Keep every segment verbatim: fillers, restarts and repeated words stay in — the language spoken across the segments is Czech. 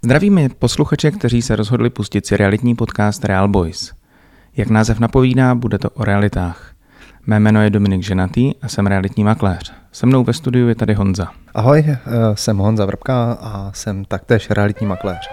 Zdravíme posluchače, kteří se rozhodli pustit si realitní podcast Real Boys. Jak název napovídá, bude to o realitách. Mé jméno je Dominik Ženatý a jsem realitní makléř. Se mnou ve studiu je tady Honza. Ahoj, jsem Honza Vrbka a jsem taktéž realitní makléř.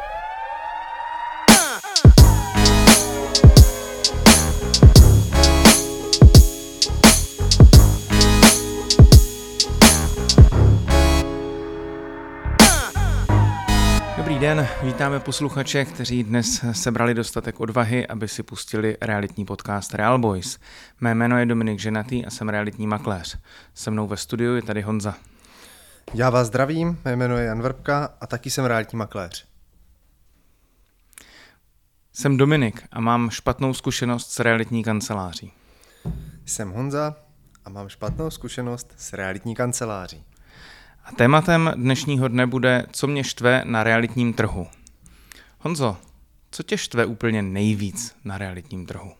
Dobrý den, vítáme posluchače, kteří dnes sebrali dostatek odvahy, aby si pustili realitní podcast Real Boys. Mé jméno je Dominik Ženatý a jsem realitní makléř. Se mnou ve studiu je tady Honza. Já vás zdravím, mé jméno je Jan Vrbka a taky jsem realitní makléř. Jsem Dominik a mám špatnou zkušenost s realitní kanceláří. Jsem Honza a mám špatnou zkušenost s realitní kanceláří. A tématem dnešního dne bude, co mě štve na realitním trhu. Honzo, co tě štve úplně nejvíc na realitním trhu?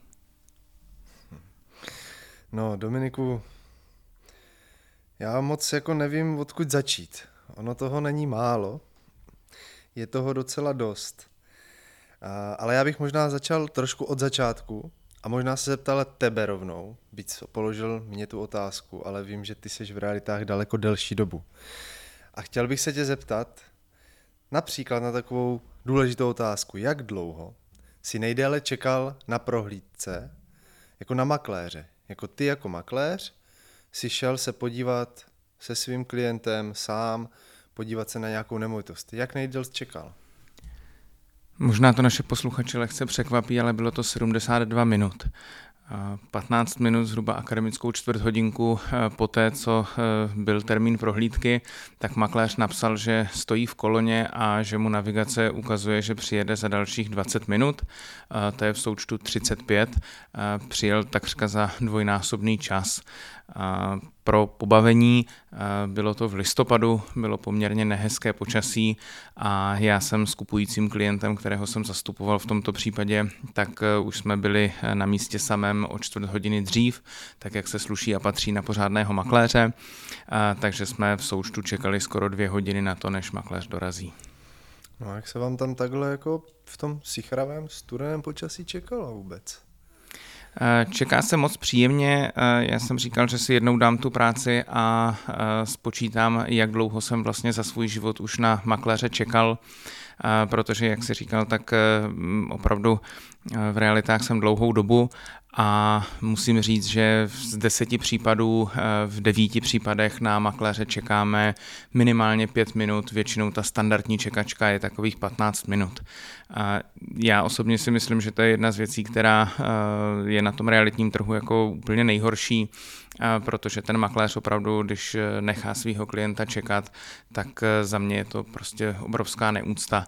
No, Dominiku, já moc jako nevím, odkud začít. Ono toho není málo, je toho docela dost. A, ale já bych možná začal trošku od začátku a možná se zeptal tebe rovnou, byť položil mě tu otázku, ale vím, že ty jsi v realitách daleko delší dobu. A chtěl bych se tě zeptat například na takovou důležitou otázku, jak dlouho jsi nejdéle čekal na prohlídce jako na makléře. Jako ty jako makléř si šel se podívat se svým klientem sám, podívat se na nějakou nemovitost. Jak nejdéle jsi čekal? Možná to naše posluchače lehce překvapí, ale bylo to sedmdesát dva minut. patnáct minut, zhruba akademickou čtvrt hodinku poté, co byl termín prohlídky, tak makléř napsal, že stojí v koloně a že mu navigace ukazuje, že přijede za dalších dvacet minut, to je v součtu třicet pět, přijel takřka za dvojnásobný čas. Pro pobavení bylo to v listopadu, bylo poměrně nehezké počasí a já jsem s kupujícím klientem, kterého jsem zastupoval v tomto případě, tak už jsme byli na místě samém o čtvrt hodiny dřív, tak jak se sluší a patří na pořádného makléře, takže jsme v součtu čekali skoro dvě hodiny na to, než makléř dorazí. No a jak se vám tam takhle jako v tom sichravém studeném počasí čekalo vůbec? Čeká se moc příjemně, já jsem říkal, že si jednou dám tu práci a spočítám, jak dlouho jsem vlastně za svůj život už na makléře čekal, protože, jak jsi říkal, tak opravdu v realitách jsem dlouhou dobu a musím říct, že z deseti případů v devíti případech na makléře čekáme minimálně pět minut, většinou ta standardní čekačka je takových patnáct minut. Já osobně si myslím, že to je jedna z věcí, která je na tom realitním trhu jako úplně nejhorší, protože ten makléř opravdu, když nechá svého klienta čekat, tak za mě je to prostě obrovská neúcta.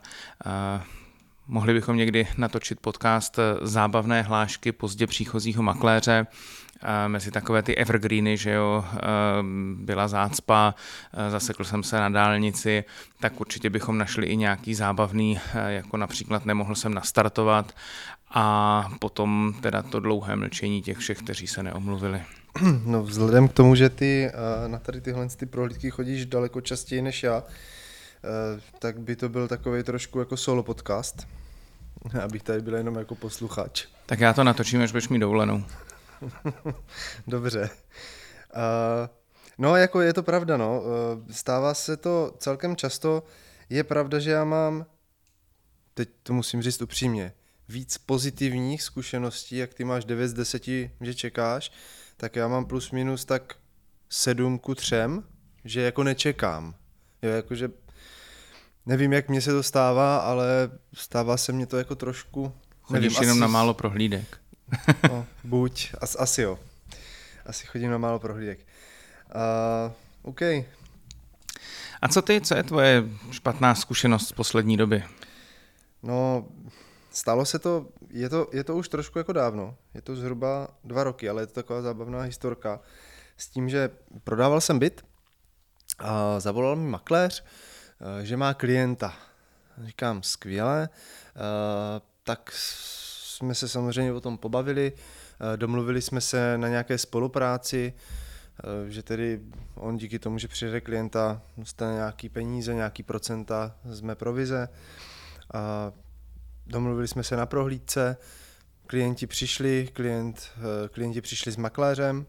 Mohli bychom někdy natočit podcast Zábavné hlášky pozdě příchozího makléře, mezi takové ty evergreeny, že jo, byla zácpa, zasekl jsem se na dálnici, tak určitě bychom našli i nějaký zábavný, jako například nemohl jsem nastartovat a potom teda to dlouhé mlčení těch všech, kteří se neomluvili. No vzhledem k tomu, že ty na tady tyhle ty prohlídky chodíš daleko častěji než já, tak by to byl takový trošku jako solo podcast, abych tady byl jenom jako posluchač. Tak já to natočím, až budeš mít dovolenou. Dobře. Uh, no, jako je to pravda, no. Uh, stává se to celkem často. Je pravda, že já mám, teď to musím říct upřímně, víc pozitivních zkušeností, jak ty máš devět z deseti, že čekáš, tak já mám plus minus tak sedm ku třem, že jako nečekám. Jo, jakože nevím, jak mně se to stává, ale stává se mně to jako trošku... Chodíš nevím, jenom asi... na málo prohlídek. No, buď, as, asi jo. Asi chodím na málo prohlídek. Uh, OK. A co ty, co je tvoje špatná zkušenost z poslední doby? No, stalo se to, je to, je to už trošku jako dávno. Je to zhruba dva roky, ale je to taková zábavná historka. S tím, že prodával jsem byt a zavolal mi makléř, že má klienta. Říkám, skvěle. Uh, tak jsme se samozřejmě o tom pobavili, domluvili jsme se na nějaké spolupráci, že tedy on díky tomu, že přijede klienta, dostane nějaký peníze, nějaký procenta z mé provize A domluvili jsme se na prohlídce, klienti přišli, klient, klienti přišli s makléřem,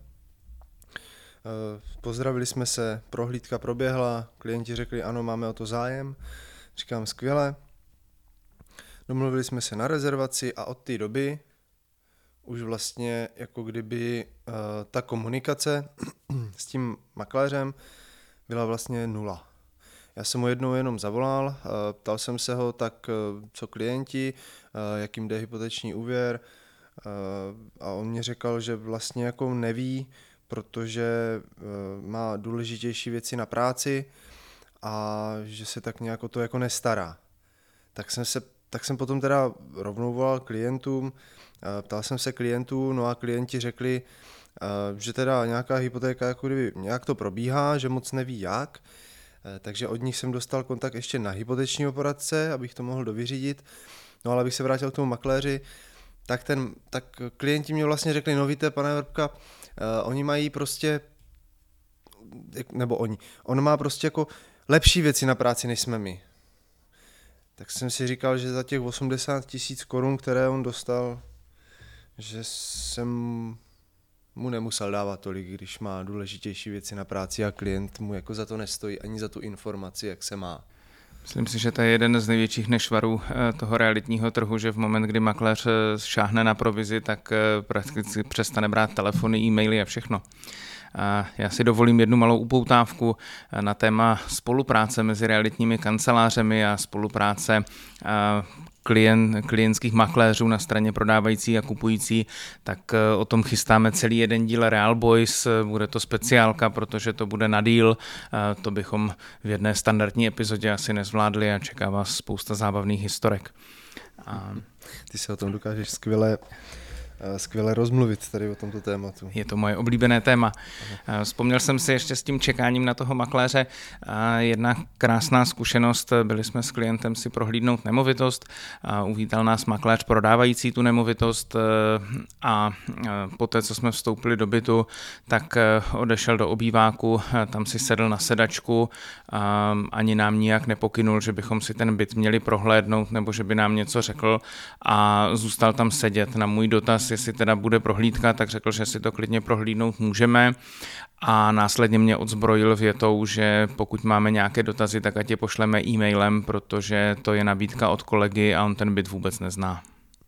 pozdravili jsme se, prohlídka proběhla, klienti řekli ano, máme o to zájem, říkám skvěle. Domluvili jsme se na rezervaci a od té doby už vlastně jako kdyby uh, ta komunikace s tím makléřem byla vlastně nula. Já jsem mu jednou jenom zavolal, uh, ptal jsem se ho, tak uh, co klienti, uh, jak jim jde hypoteční úvěr uh, a on mě řekl, že vlastně jako neví, protože uh, má důležitější věci na práci a že se tak nějak o to jako nestará. Tak jsem se Tak jsem potom teda rovnou volal klientům, ptal jsem se klientů, no a klienti řekli, že teda nějaká hypotéka jako kdyby nějak to probíhá, že moc neví jak, takže od nich jsem dostal kontakt ještě na hypotečního poradce, abych to mohl dovyřídit. No ale abych se vrátil k tomu makléři, tak, ten, tak klienti mě vlastně řekli, no víte, pane Vrbka, oni mají prostě, nebo oni, on má prostě jako lepší věci na práci, než jsme my. Tak jsem si říkal, že za těch osmdesát tisíc korun, které on dostal, že jsem mu nemusel dávat tolik, když má důležitější věci na práci a klient mu jako za to nestojí ani za tu informaci, jak se má. Myslím si, že to je jeden z největších nešvarů toho realitního trhu, že v moment, kdy makléř šáhne na provizi, tak prakticky přestane brát telefony, e-maily a všechno. Já si dovolím jednu malou upoutávku na téma spolupráce mezi realitními kancelářemi a spolupráce klient, klientských makléřů na straně prodávající a kupující, tak o tom chystáme celý jeden díl Real Boys, bude to speciálka, protože to bude na díl, to bychom v jedné standardní epizodě asi nezvládli a čeká vás spousta zábavných historek. A... Ty se o tom dokážeš skvěle skvěle rozmluvit tady o tomto tématu. Je to moje oblíbené téma. Aha. Vzpomněl jsem si ještě s tím čekáním na toho makléře jedna krásná zkušenost. Byli jsme s klientem si prohlídnout nemovitost. Uvítal nás makléř prodávající tu nemovitost a poté, co jsme vstoupili do bytu, tak odešel do obýváku, tam si sedl na sedačku, ani nám nijak nepokynul, že bychom si ten byt měli prohlédnout nebo že by nám něco řekl a zůstal tam sedět. Na můj dotaz, jestli teda bude prohlídka, tak řekl, že si to klidně prohlídnout můžeme a následně mě odzbrojil větou, že pokud máme nějaké dotazy, tak ať je pošleme e-mailem, protože to je nabídka od kolegy a on ten byt vůbec nezná.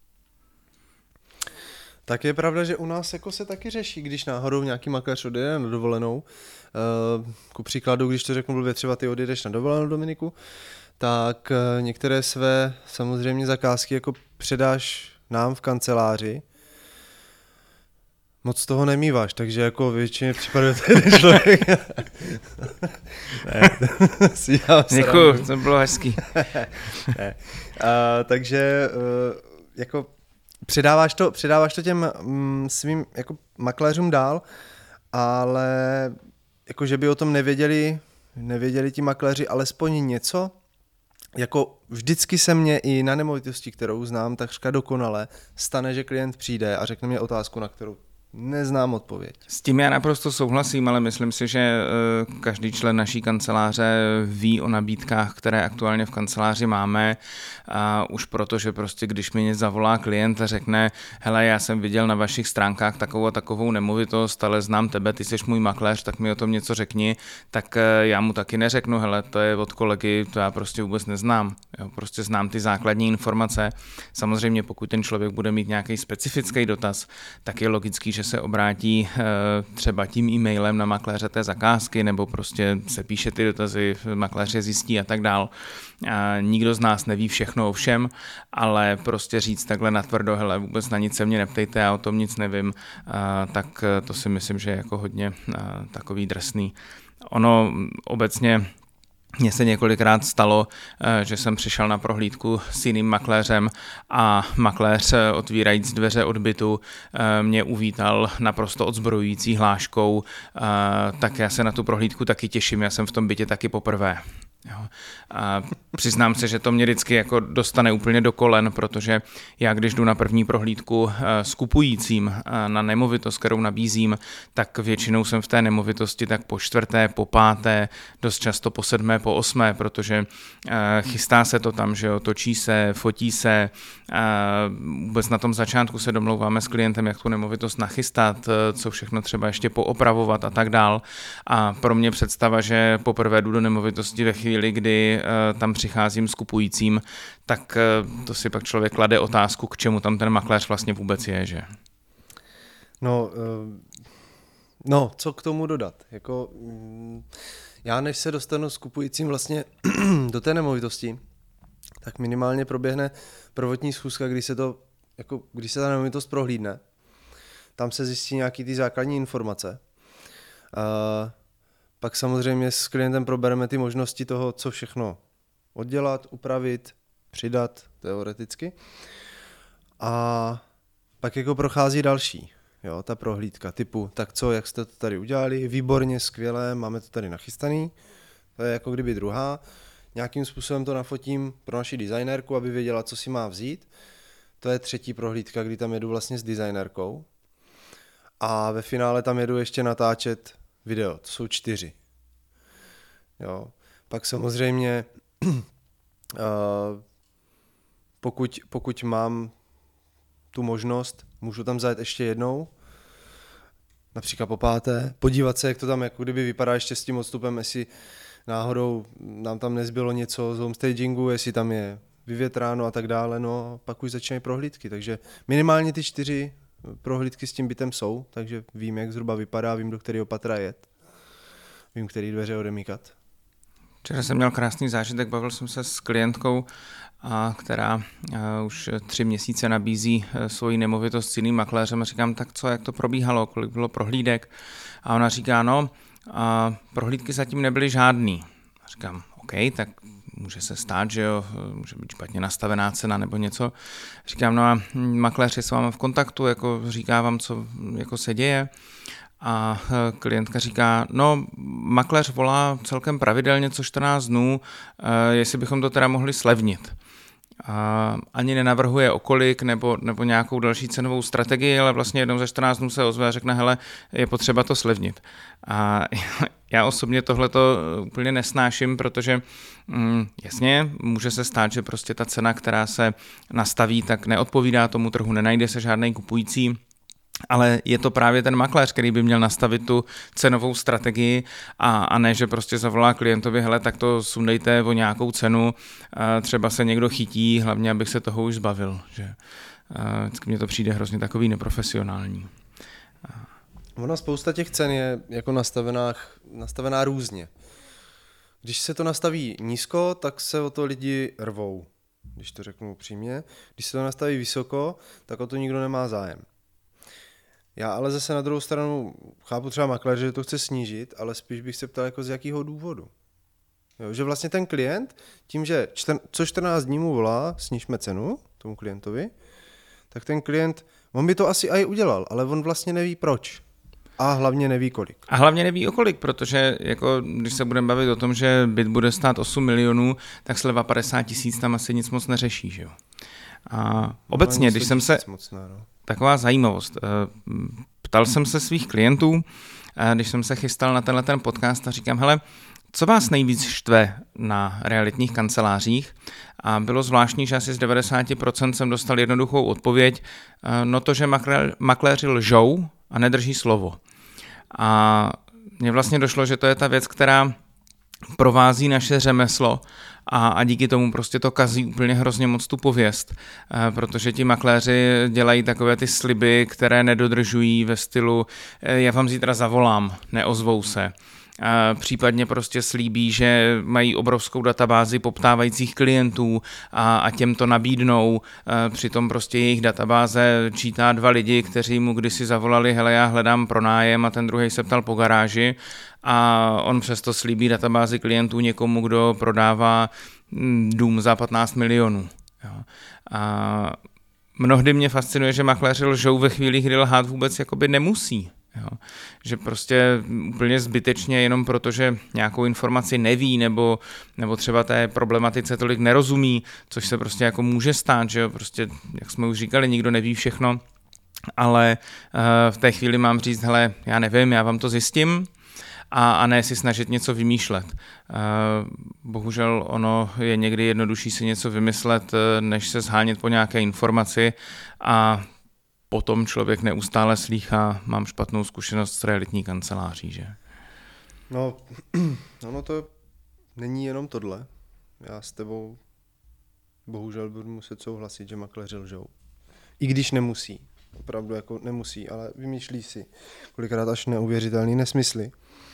Tak je pravda, že u nás jako se taky řeší, když náhodou nějaký makléř odjede na dovolenou. Ku příkladu, když to řeknu blbě, třeba ty odjedeš na dovolenou, Dominiku, tak některé své samozřejmě zakázky jako předáš nám v kanceláři. Moc toho nemýváš, takže jako většině případů ten člověk. Děkuju, to bylo hezký. Ne. A, takže jako předáváš to, předáváš to těm mm, svým jako makléřům dál, ale jako že by o tom nevěděli, nevěděli ti makléři alespoň něco. Jako vždycky se mně i na nemovitosti, kterou znám takřka dokonale, stane, že klient přijde a řekne mi otázku, na kterou neznám odpověď. S tím já naprosto souhlasím, ale myslím si, že každý člen naší kanceláře ví o nabídkách, které aktuálně v kanceláři máme a už proto, že prostě když mi něco zavolá klient a řekne, hele, já jsem viděl na vašich stránkách takovou a takovou nemovitost, ale znám tebe, ty jsi můj makléř, tak mi o tom něco řekni, tak já mu taky neřeknu, hele, to je od kolegy, to já prostě vůbec neznám. Jo, prostě znám ty základní informace. Samozřejmě pokud ten člověk bude mít nějaký specifický dotaz, tak je logický, že se obrátí třeba tím e-mailem na makléře té zakázky nebo prostě se píše ty dotazy, makléř je zjistí a tak dál. A nikdo z nás neví všechno o všem, ale prostě říct takhle natvrdo, hele, vůbec na nic se mě neptejte, já o tom nic nevím, a tak to si myslím, že je jako hodně takový drsný. Ono obecně mně se několikrát stalo, že jsem přišel na prohlídku s jiným makléřem a makléř, otvírajíc dveře od bytu, mě uvítal naprosto odzbrojující hláškou, tak já se na tu prohlídku taky těším, já jsem v tom bytě taky poprvé. Jo. A přiznám se, že to mě vždycky jako dostane úplně do kolen, protože já když jdu na první prohlídku s kupujícím na nemovitost, kterou nabízím, tak většinou jsem v té nemovitosti tak po čtvrté, po páté, dost často po sedmé, po osmé, protože chystá se to tam, že jo, točí se, fotí se, vůbec na tom začátku se domlouváme s klientem, jak tu nemovitost nachystat, co všechno třeba ještě poopravovat a tak dál. A pro mě představa, že poprvé jdu do nemovitosti ve chvíli, kdy uh, tam přicházím s kupujícím, tak uh, to si pak člověk klade otázku, k čemu tam ten makléř vlastně vůbec je, že? No, uh, no co k tomu dodat? Jako, mm, já než se dostanu s kupujícím vlastně do té nemovitosti, tak minimálně proběhne prvotní schůzka, kdy se to, jako, když se ta nemovitost prohlídne. Tam se zjistí nějaký ty základní informace. Uh, Pak samozřejmě s klientem probereme ty možnosti toho, co všechno oddělat, upravit, přidat teoreticky. A pak jako prochází další, jo, ta prohlídka typu, tak co, jak jste to tady udělali, výborně, skvěle, máme to tady nachystaný, to je jako kdyby druhá. Nějakým způsobem to nafotím pro naši designérku, aby věděla, co si má vzít. To je třetí prohlídka, kdy tam jedu vlastně s designérkou. A ve finále tam jedu ještě natáčet video, to jsou čtyři. Jo. Pak samozřejmě, uh, pokud, pokud mám tu možnost, můžu tam zajet ještě jednou, například po páté, podívat se, jak to tam jako kdyby vypadá ještě s tím odstupem, jestli náhodou nám tam nezbylo něco z homestagingu, jestli tam je vyvětráno a tak dále, no pak už začínají prohlídky, takže minimálně ty čtyři prohlídky s tím bytem jsou, takže vím, jak zhruba vypadá, vím, do kterého patra jet, vím, který dveře odemíkat. Včera jsem měl krásný zážitek, bavil jsem se s klientkou, a která a, už tři měsíce nabízí a, svoji nemovitost s jiným makléřem a říkám, tak co, jak to probíhalo, kolik bylo prohlídek a ona říká, no, a prohlídky zatím nebyly žádný. A říkám, OK, tak může se stát, že jo, může být špatně nastavená cena nebo něco. Říkám, no a makléř je s vámi v kontaktu, jako říká vám, co jako se děje. A klientka říká, no makléř volá celkem pravidelně co čtrnáct dnů, jestli bychom to teda mohli slevnit. A ani nenavrhuje okolik nebo, nebo nějakou další cenovou strategii, ale vlastně jednou za čtrnáct dnů se ozve a řekne, hele, je potřeba to slevnit. A já osobně tohleto úplně nesnáším, protože mm, jasně, může se stát, že prostě ta cena, která se nastaví, tak neodpovídá tomu trhu, nenajde se žádný kupující, ale je to právě ten makléř, který by měl nastavit tu cenovou strategii a, a ne, že prostě zavolá klientovi, hele, tak to sundejte o nějakou cenu, třeba se někdo chytí, hlavně abych se toho už zbavil, že vždycky mně to přijde hrozně takový neprofesionální. Ona spousta těch cen je jako nastavená, nastavená různě. Když se to nastaví nízko, tak se o to lidi rvou, když to řeknu upřímně. Když se to nastaví vysoko, tak o to nikdo nemá zájem. Já ale zase na druhou stranu chápu třeba makléře, že to chce snížit, ale spíš bych se ptal jako z jakého důvodu. Jo, že vlastně ten klient, tím, že čtr- co čtrnáct dní mu volá, snížme cenu tomu klientovi, tak ten klient, on by to asi i udělal, ale on vlastně neví proč. A hlavně neví kolik. A hlavně neví o kolik, protože jako, když se budeme bavit o tom, že byt bude stát osm milionů, tak sleva padesát tisíc tam asi nic moc neřeší, že jo. A obecně, když jsem se... Mocná, no. Taková zajímavost. Ptal jsem se svých klientů, když jsem se chystal na tenhle ten podcast a říkám, hele, co vás nejvíc štve na realitních kancelářích? A bylo zvláštní, že asi z devadesát procent jsem dostal jednoduchou odpověď, no to, že makléři lžou a nedrží slovo. A mně vlastně došlo, že to je ta věc, která provází naše řemeslo a, a díky tomu prostě to kazí úplně hrozně moc tu pověst, protože ti makléři dělají takové ty sliby, které nedodržují ve stylu já vám zítra zavolám, neozvou se. A případně prostě slíbí, že mají obrovskou databázi poptávajících klientů a, a těm to nabídnou, a přitom prostě jejich databáze čítá dva lidi, kteří mu kdysi zavolali, hele, já hledám pronájem a ten druhý se ptal po garáži a on přesto slíbí databázi klientů někomu, kdo prodává dům za patnáct milionů. Jo. A mnohdy mě fascinuje, že makléři lžou ve chvíli, kdy lhát vůbec jakoby nemusí. Jo. Že prostě úplně zbytečně jenom proto, že nějakou informaci neví nebo, nebo třeba té problematice tolik nerozumí, což se prostě jako může stát, že jo, prostě, jak jsme už říkali, nikdo neví všechno, ale uh, v té chvíli mám říct, hele, já nevím, já vám to zjistím, a, a ne si snažit něco vymýšlet. Uh, bohužel ono je někdy jednodušší si něco vymyslet, než se zhánět po nějaké informaci a potom člověk neustále slýchá, mám špatnou zkušenost s realitní kanceláří, že? No, ono to není jenom tohle. Já s tebou bohužel budu muset souhlasit, že makléři lžou. I když nemusí. Opravdu jako nemusí, ale vymýšlí si kolikrát až neuvěřitelný nesmysly.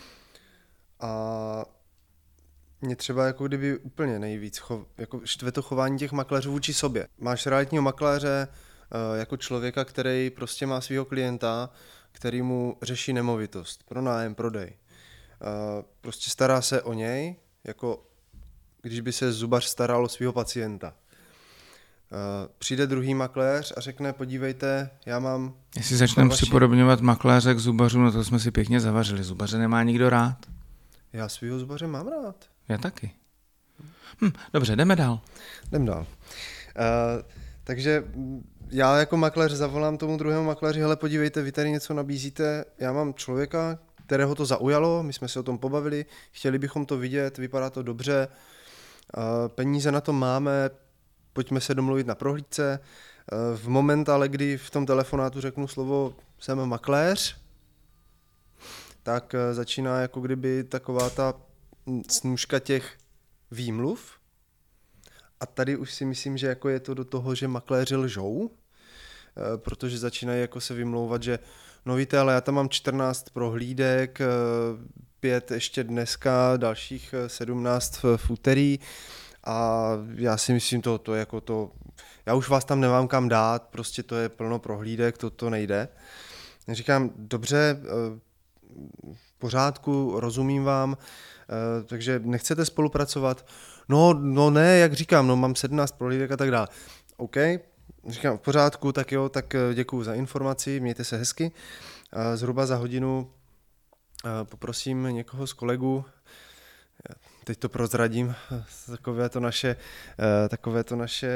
A mě třeba jako kdyby úplně nejvíc chov, jako štve to chování těch makléřů vůči sobě. Máš realitního makléře jako člověka, který prostě má svého klienta, který mu řeší nemovitost, pronájem, prodej. Prostě stará se o něj, jako když by se zubař staral o svého pacienta. Přijde druhý makléř a řekne, podívejte, já mám... Jestli začneme vaši... připodobňovat makléře k zubařům, no to jsme si pěkně zavařili. Zubaře nemá nikdo rád. Já svýho zubaře mám rád. Já taky. Hm, dobře, jdeme dál. Jdem dál. Uh, takže já jako makléř zavolám tomu druhému makléři, hele, podívejte, vy tady něco nabízíte, já mám člověka, kterého to zaujalo, my jsme se o tom pobavili, chtěli bychom to vidět, vypadá to dobře, uh, peníze na to máme, pojďme se domluvit na prohlídce. Uh, v moment ale, kdy v tom telefonátu řeknu slovo jsem makléř, tak uh, začíná jako kdyby taková ta snůžka těch výmluv. A tady už si myslím, že jako je to do toho, že makléři lžou, protože začínají jako se vymlouvat, že no víte, ale já tam mám čtrnáct prohlídek, pět ještě dneska, dalších sedmnáct v, v úterý a já si myslím, to, to jako to, já už vás tam nemám kam dát, prostě to je plno prohlídek, to, to nejde. Říkám, dobře, v pořádku, rozumím vám, takže nechcete spolupracovat? No, no ne, jak říkám, no mám sedmnáct prohlídek a tak dále. OK, říkám v pořádku, tak jo, tak děkuju za informaci, mějte se hezky. Zhruba za hodinu poprosím někoho z kolegů, teď to prozradím, takové to naše, takové to naše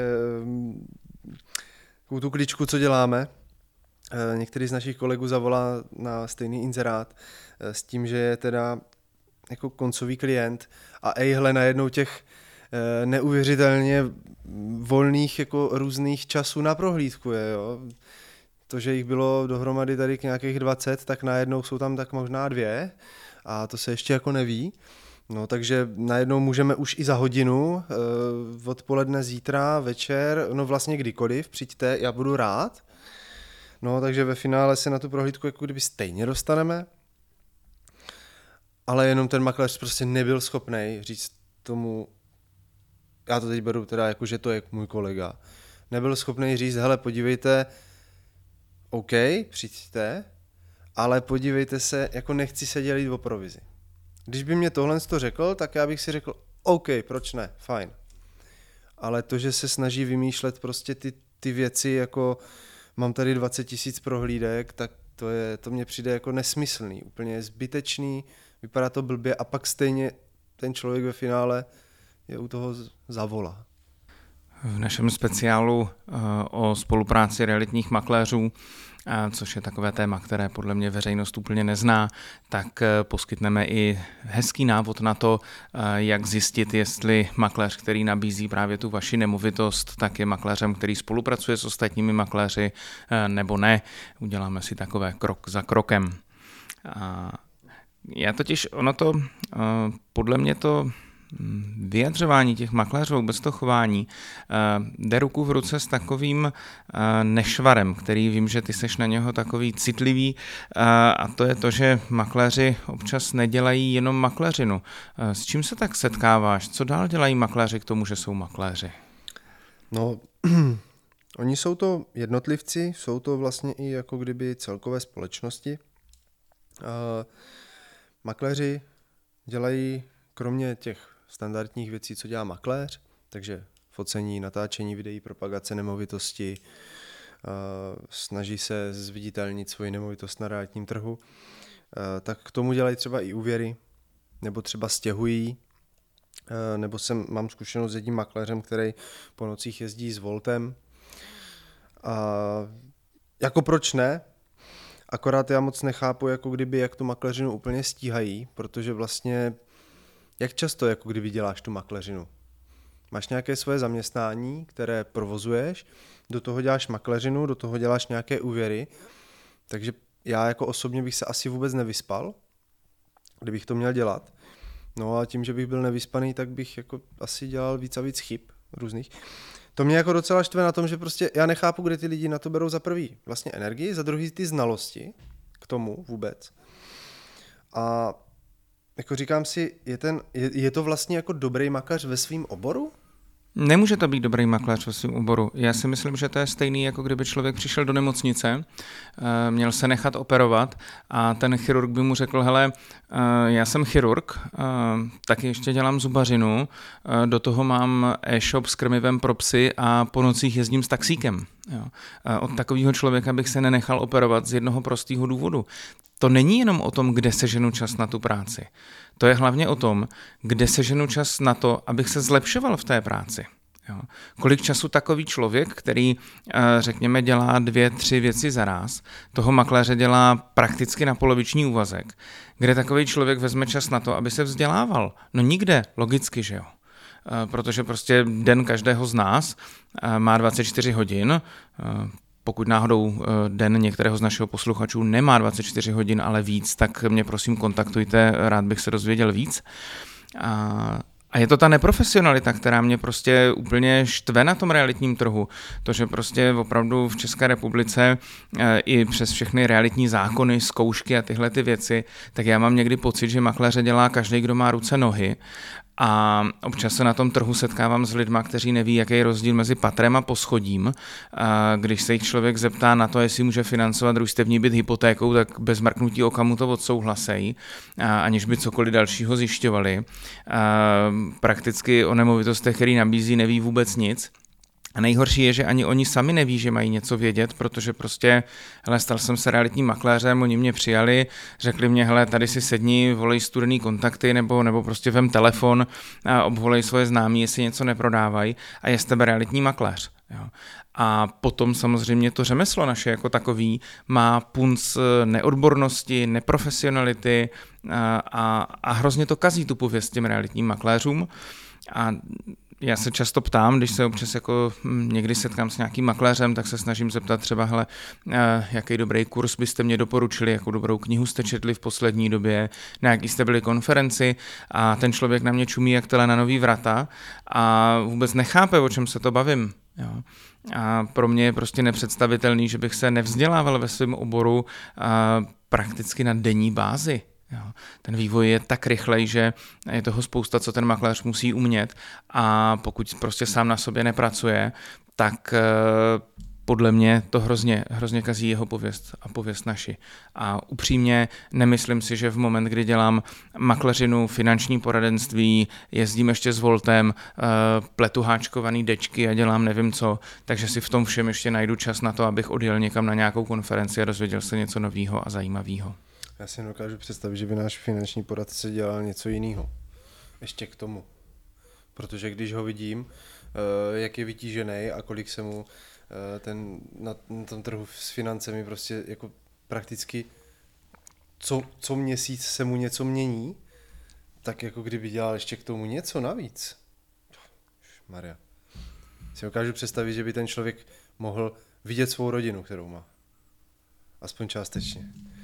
tu kličku, co děláme. Některý z našich kolegů zavolá na stejný inzerát s tím, že je teda jako koncový klient a ejhle najednou těch neuvěřitelně volných jako různých časů na prohlídku je, jo. To, že jich bylo dohromady tady k nějakých dvacet, tak najednou jsou tam tak možná dvě a to se ještě jako neví. No, takže najednou můžeme už i za hodinu, odpoledne, zítra, večer, no vlastně kdykoliv, přijďte, já budu rád. No, takže ve finále se na tu prohlídku jako kdyby stejně dostaneme, ale jenom ten makléř prostě nebyl schopnej říct tomu, já to teď beru teda jako, že to je můj kolega, nebyl schopnej říct, hele, podívejte, OK, přijďte, ale podívejte se, jako nechci se dělit o provizi. Když by mě tohle to řekl, tak já bych si řekl, OK, proč ne, fajn. Ale to, že se snaží vymýšlet prostě ty, ty věci, jako mám tady dvacet tisíc prohlídek, tak to, je, to mně přijde jako nesmyslný, úplně zbytečný, vypadá to blbě a pak stejně ten člověk ve finále je u toho zavolá. V našem speciálu uh, o spolupráci realitních makléřů, uh, což je takové téma, které podle mě veřejnost úplně nezná, tak uh, poskytneme i hezký návod na to, uh, jak zjistit, jestli makléř, který nabízí právě tu vaši nemovitost, tak je makléřem, který spolupracuje s ostatními makléři, uh, nebo ne. Uděláme si takové krok za krokem. Uh, já totiž, ono to, uh, podle mě to vyjadřování těch makléřů, vůbec to chování, jde ruku v ruce s takovým nešvarem, který vím, že ty seš na něho takový citlivý, a to je to, že makléři občas nedělají jenom makléřinu. S čím se tak setkáváš? Co dál dělají makléři k tomu, že jsou makléři? No, oni jsou to jednotlivci, jsou to vlastně i jako kdyby celkové společnosti. Makléři dělají kromě těch standardních věcí, co dělá makléř, takže focení, natáčení videí, propagace nemovitosti, snaží se zviditelnit svoji nemovitost na realitním trhu, tak k tomu dělají třeba i úvěry, nebo třeba stěhují, nebo jsem, mám zkušenost s jedním makléřem, který po nocích jezdí s Voltem. A jako proč ne? Akorát já moc nechápu, jako kdyby, jak tu makléřinu úplně stíhají, protože vlastně, jak často, jako kdyby děláš tu makléřinu? Máš nějaké svoje zaměstnání, které provozuješ, do toho děláš makléřinu, do toho děláš nějaké úvěry, takže já jako osobně bych se asi vůbec nevyspal, kdybych to měl dělat. No a tím, že bych byl nevyspaný, tak bych jako asi dělal víc a víc chyb různých. To mě jako docela štve na tom, že prostě já nechápu, kde ty lidi na to berou za prvý vlastně energii, za druhý ty znalosti k tomu vůbec. A jako říkám si, je, ten, je, je to vlastně jako dobrý makař ve svém oboru? Nemůže to být dobrý makléř ve svém oboru. Já si myslím, že to je stejný, jako kdyby člověk přišel do nemocnice, měl se nechat operovat a ten chirurg by mu řekl, hele, já jsem chirurg, taky ještě dělám zubařinu, do toho mám e-shop s krmivem pro psy a po nocích jezdím s taxíkem. Jo. Od takového člověka bych se nenechal operovat z jednoho prostého důvodu. To není jenom o tom, kde seženu čas na tu práci. To je hlavně o tom, kde seženu čas na to, abych se zlepšoval v té práci. Jo. Kolik času takový člověk, který, řekněme, dělá dvě, tři věci za ráz, toho makléře dělá prakticky na poloviční úvazek, kde takový člověk vezme čas na to, aby se vzdělával? No nikde, logicky, že jo. Protože prostě den každého z nás má dvacet čtyři hodin, pokud náhodou den některého z našeho posluchačů nemá dvacet čtyři hodin, ale víc, tak mě prosím kontaktujte, rád bych se dozvěděl víc. A, a je to ta neprofesionalita, která mě prostě úplně štve na tom realitním trhu. To, že prostě opravdu v České republice i přes všechny realitní zákony, zkoušky a tyhle ty věci, tak já mám někdy pocit, že makléře dělá každý, kdo má ruce, nohy. A občas se na tom trhu setkávám s lidma, kteří neví, jaký je rozdíl mezi patrem a poschodím. A když se jich člověk zeptá na to, jestli může financovat družstevní byt hypotékou, tak bez mrknutí oka mu to odsouhlasejí, aniž by cokoliv dalšího zjišťovali. A prakticky o nemovitostech, který nabízí, neví vůbec nic. A nejhorší je, že ani oni sami neví, že mají něco vědět, protože prostě, hele, stal jsem se realitním makléřem, oni mě přijali, řekli mě, hele, tady si sedni, volej studený kontakty, nebo, nebo prostě vem telefon a obvolej svoje známí, jestli něco neprodávají a je z tebe realitní makléř. Jo. A potom samozřejmě to řemeslo naše jako takový má punc neodbornosti, neprofesionality a, a, a hrozně to kazí tu pověst těm realitním makléřům. A já se často ptám, když se občas jako někdy setkám s nějakým makléřem, tak se snažím zeptat třeba, hele, jaký dobrý kurz byste mě doporučili, jakou dobrou knihu jste četli v poslední době, na jaký jste byli konferenci a ten člověk na mě čumí jak tele na nový vrata a vůbec nechápe, o čem se to bavím. Jo. A pro mě je prostě nepředstavitelný, že bych se nevzdělával ve svém oboru prakticky na denní bázi. Jo. Ten vývoj je tak rychlej, že je toho spousta, co ten makléř musí umět a pokud prostě sám na sobě nepracuje, tak podle mě to hrozně, hrozně kazí jeho pověst a pověst naši. A upřímně nemyslím si, že v moment, kdy dělám makléřinu, finanční poradenství, jezdím ještě s Voltem, pletu háčkovaný dečky a dělám nevím co, takže si v tom všem ještě najdu čas na to, abych odjel někam na nějakou konferenci a dozvěděl se něco nového a zajímavého. Já si dokážu představit, že by náš finanční poradce dělal něco jiného. Ještě k tomu. Protože když ho vidím, jak je vytížený a kolik se mu ten, na, na tom trhu s financemi prostě jako prakticky co, co měsíc se mu něco mění, tak jako kdyby dělal ještě k tomu něco navíc. Maria. Si dokážu představit, že by ten člověk mohl vidět svou rodinu, kterou má. Aspoň částečně.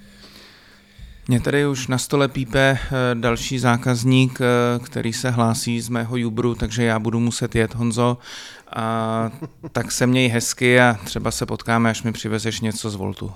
Mně tady už na stole pípe další zákazník, který se hlásí z mého Jubru, takže já budu muset jet, Honzo. A tak se měj hezky a třeba se potkáme, až mi přivezeš něco z Voltu.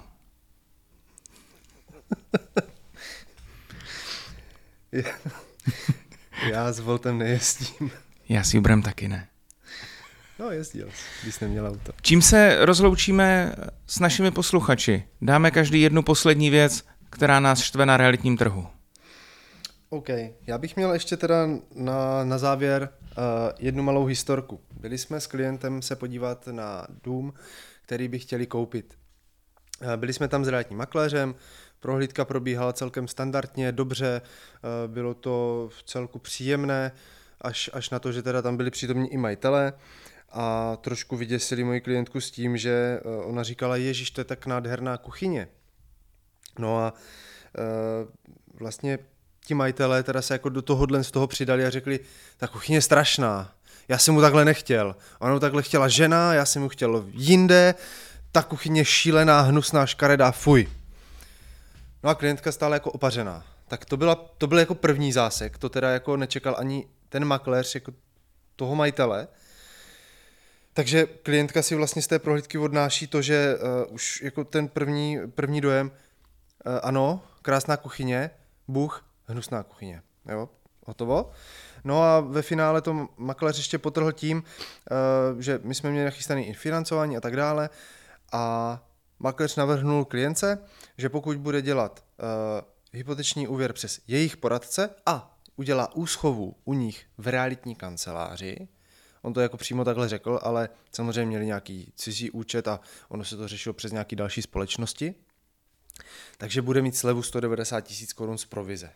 Já s Voltem nejezdím. Já s Jubrem taky ne. No, jezdil, když jsi neměl auto. Čím se rozloučíme s našimi posluchači? Dáme každý jednu poslední věc, která nás štve na realitním trhu. OK, já bych měl ještě teda na, na závěr uh, jednu malou historku. Byli jsme s klientem se podívat na dům, který by chtěli koupit. Uh, byli jsme tam s realitním makléřem, prohlídka probíhala celkem standardně, dobře, uh, bylo to v celku příjemné, až, až na to, že teda tam byli přítomní i majitelé a trošku vyděsili moji klientku s tím, že uh, ona říkala, ježiš, to je tak nádherná kuchyně. No a uh, vlastně ti majitelé teda se jako do tohohle z toho přidali a řekli, ta kuchyně je strašná, já jsem mu takhle nechtěl, ona mu takhle chtěla žena, já jsem mu chtěl jinde, ta kuchyně je šílená, hnusná, škaredá, fuj. No a klientka stále jako opařená. Tak to, byla, to byl jako první zásek, to teda jako nečekal ani ten makléř jako toho majitele. Takže klientka si vlastně z té prohlídky odnáší to, že uh, už jako ten první, první dojem, uh, ano, krásná kuchyně, Bůh, hnusná kuchyně, jo, hotovo. No a ve finále to makléř ještě potrhl tím, uh, že my jsme měli nachystané i financování a tak dále a makléř navrhnul klientce, že pokud bude dělat uh, hypoteční úvěr přes jejich poradce a udělá úschovu u nich v realitní kanceláři, on to jako přímo takhle řekl, ale samozřejmě měli nějaký cizí účet a ono se to řešilo přes nějaké další společnosti, takže bude mít slevu sto devadesát tisíc korun z provize.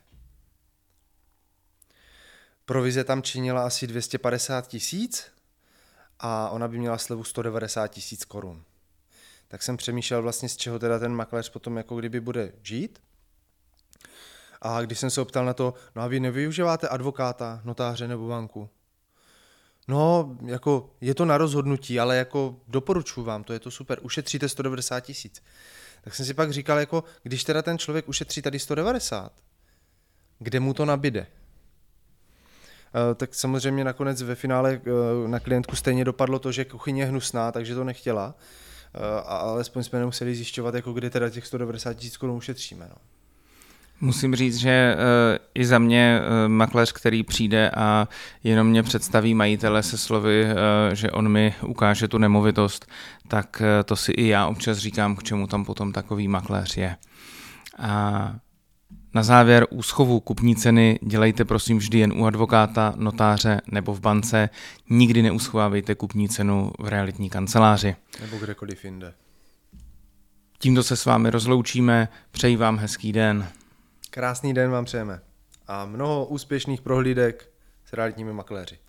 Provize tam činila asi dvě stě padesát tisíc a ona by měla slevu sto devadesát tisíc korun. Tak jsem přemýšlel vlastně, z čeho teda ten makléř potom jako kdyby bude žít. A když jsem se optal na to, no a vy nevyužíváte advokáta, notáře nebo banku? No, jako je to na rozhodnutí, ale jako doporučuji vám, to je to super, ušetříte sto devadesát tisíc. Tak jsem si pak říkal, jako když teda ten člověk ušetří tady sto devadesát, kde mu to nabyde? Uh, tak samozřejmě nakonec ve finále uh, na klientku stejně dopadlo to, že kuchyně je hnusná, takže to nechtěla. Uh, a alespoň jsme nemuseli zjišťovat, jako kde teda těch sto devadesát tisíc korun ušetříme. No. Musím říct, že uh, i za mě uh, makléř, který přijde a jenom mě představí majitele se slovy, uh, že on mi ukáže tu nemovitost, tak uh, to si i já občas říkám, k čemu tam potom takový makléř je. A na závěr úschovu kupní ceny dělejte prosím vždy jen u advokáta, notáře nebo v bance. Nikdy neuschovávejte kupní cenu v realitní kanceláři. Nebo kdekoliv jinde. Tímto se s vámi rozloučíme. Přeji vám hezký den. Krásný den vám přejeme. A mnoho úspěšných prohlídek s realitními makléři.